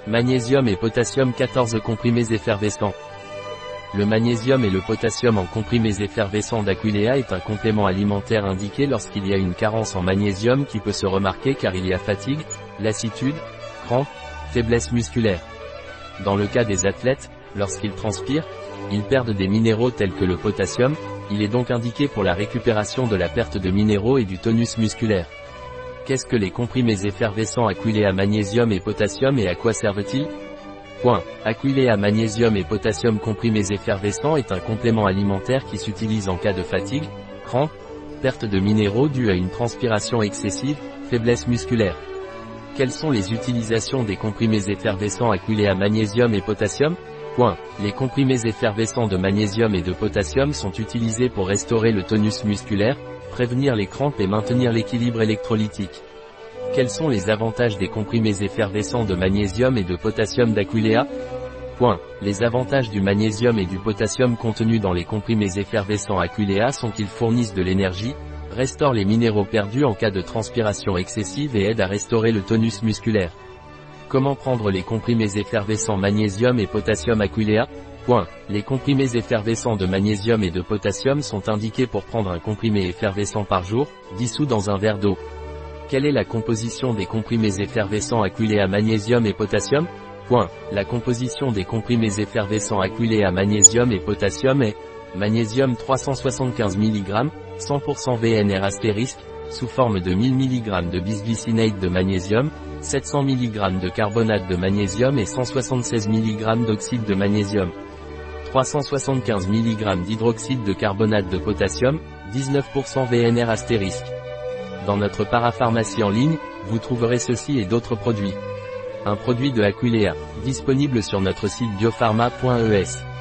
Magnésium et potassium 14 comprimés effervescents. Le magnésium et le potassium en comprimés effervescents d'Aquileia est un complément alimentaire indiqué lorsqu'il y a une carence en magnésium qui peut se remarquer car il y a fatigue, lassitude, crampes, faiblesse musculaire. Dans le cas des athlètes, lorsqu'ils transpirent, ils perdent des minéraux tels que le potassium, il est donc indiqué pour la récupération de la perte de minéraux et du tonus musculaire. Qu'est-ce que les comprimés effervescents Aquileia magnésium et potassium et à quoi servent-ils? Aquileia magnésium et potassium comprimés effervescents est un complément alimentaire qui s'utilise en cas de fatigue, crampes, perte de minéraux due à une transpiration excessive, faiblesse musculaire. Quelles sont les utilisations des comprimés effervescents Aquileia magnésium et potassium? Les comprimés effervescents de magnésium et de potassium sont utilisés pour restaurer le tonus musculaire, prévenir les crampes et maintenir l'équilibre électrolytique. Quels sont les avantages des comprimés effervescents de magnésium et de potassium d'Aquileia? Les avantages du magnésium et du potassium contenus dans les comprimés effervescents Aquileia sont qu'ils fournissent de l'énergie, restaurent les minéraux perdus en cas de transpiration excessive et aident à restaurer le tonus musculaire. Comment prendre les comprimés effervescents magnésium et potassium Aquileia? Les comprimés effervescents de magnésium et de potassium sont indiqués pour prendre un comprimé effervescent par jour, dissous dans un verre d'eau. Quelle est la composition des comprimés effervescents Aquileia magnésium et potassium? La composition des comprimés effervescents Aquileia magnésium et potassium est magnésium 375 mg, 100% VNR*, sous forme de 1000 mg de bisglycinate de magnésium, 700 mg de carbonate de magnésium et 176 mg d'oxyde de magnésium. 375 mg d'hydroxyde de carbonate de potassium, 19% VNR*. Dans notre parapharmacie en ligne, vous trouverez ceci et d'autres produits. Un produit de Aquileia, disponible sur notre site biopharma.es.